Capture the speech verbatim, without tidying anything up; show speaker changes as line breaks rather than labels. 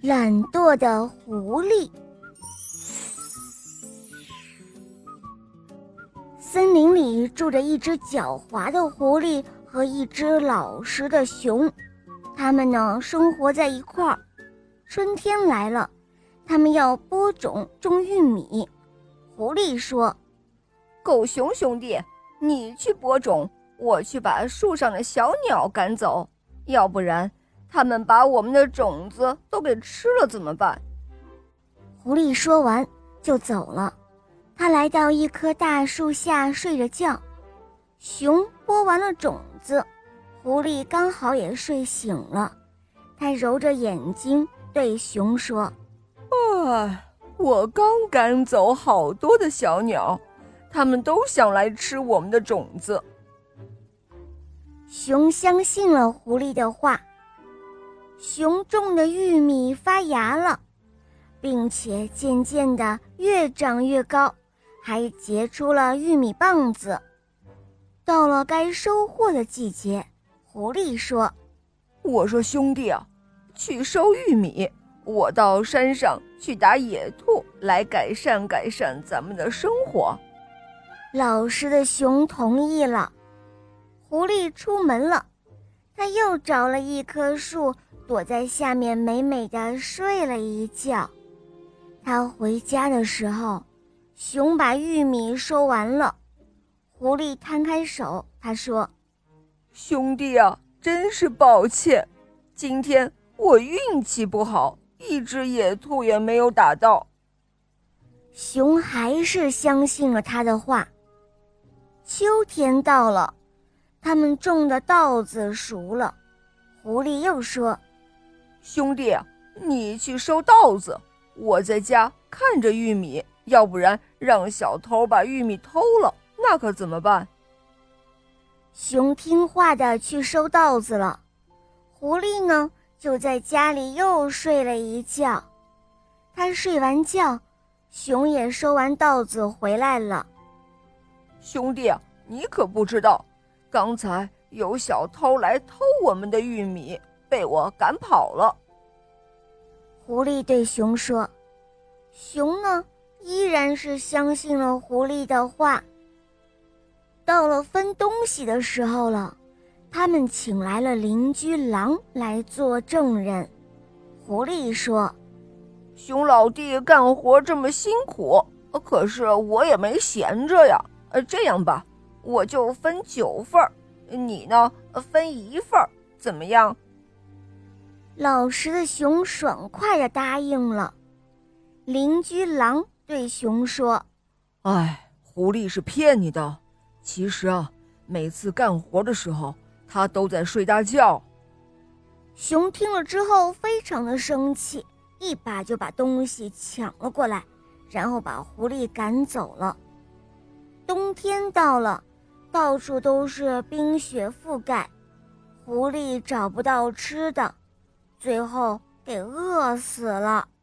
懒惰的狐狸。森林里住着一只狡猾的狐狸和一只老实的熊，它们呢生活在一块儿。春天来了，它们要播种种玉米。狐狸说：
狗熊兄弟，你去播种，我去把树上的小鸟赶走，要不然它们把我们的种子都给吃了怎么办？
狐狸说完就走了。他来到一棵大树下睡着觉，熊播完了种子，狐狸刚好也睡醒了。他揉着眼睛对熊说：
哎，我刚赶走好多的小鸟，它们都想来吃我们的种子。
熊相信了狐狸的话，熊种的玉米发芽了，并且渐渐地越长越高，还结出了玉米棒子。到了该收获的季节，狐狸说：
我说兄弟啊，去收玉米，我到山上去打野兔，来改善改善咱们的生活。
老实的熊同意了。狐狸出门了，他又找了一棵树，躲在下面美美地睡了一觉。他回家的时候，熊把玉米收完了。狐狸摊开手，他说：
兄弟啊，真是抱歉，今天我运气不好，一只野兔也没有打到。
熊还是相信了他的话。秋天到了，他们种的稻子熟了。狐狸又说：
兄弟，你去收稻子，我在家看着玉米，要不然让小偷把玉米偷了，那可怎么办？
熊听话地去收稻子了。狐狸呢，就在家里又睡了一觉。他睡完觉，熊也收完稻子回来了。
兄弟，你可不知道，刚才有小偷来偷我们的玉米，被我赶跑了。
狐狸对熊说。熊呢，依然是相信了狐狸的话。到了分东西的时候了，他们请来了邻居狼来做证人。狐狸说：
熊老弟干活这么辛苦，可是我也没闲着呀。呃，这样吧，我就分九份儿，你呢分一份儿，怎么样？
老实的熊爽快地答应了。邻居狼对熊说：
哎，狐狸是骗你的，其实啊，每次干活的时候，他都在睡大觉。
熊听了之后非常的生气，一把就把东西抢了过来，然后把狐狸赶走了。冬天到了，到处都是冰雪覆盖，狐狸找不到吃的，最后给饿死了。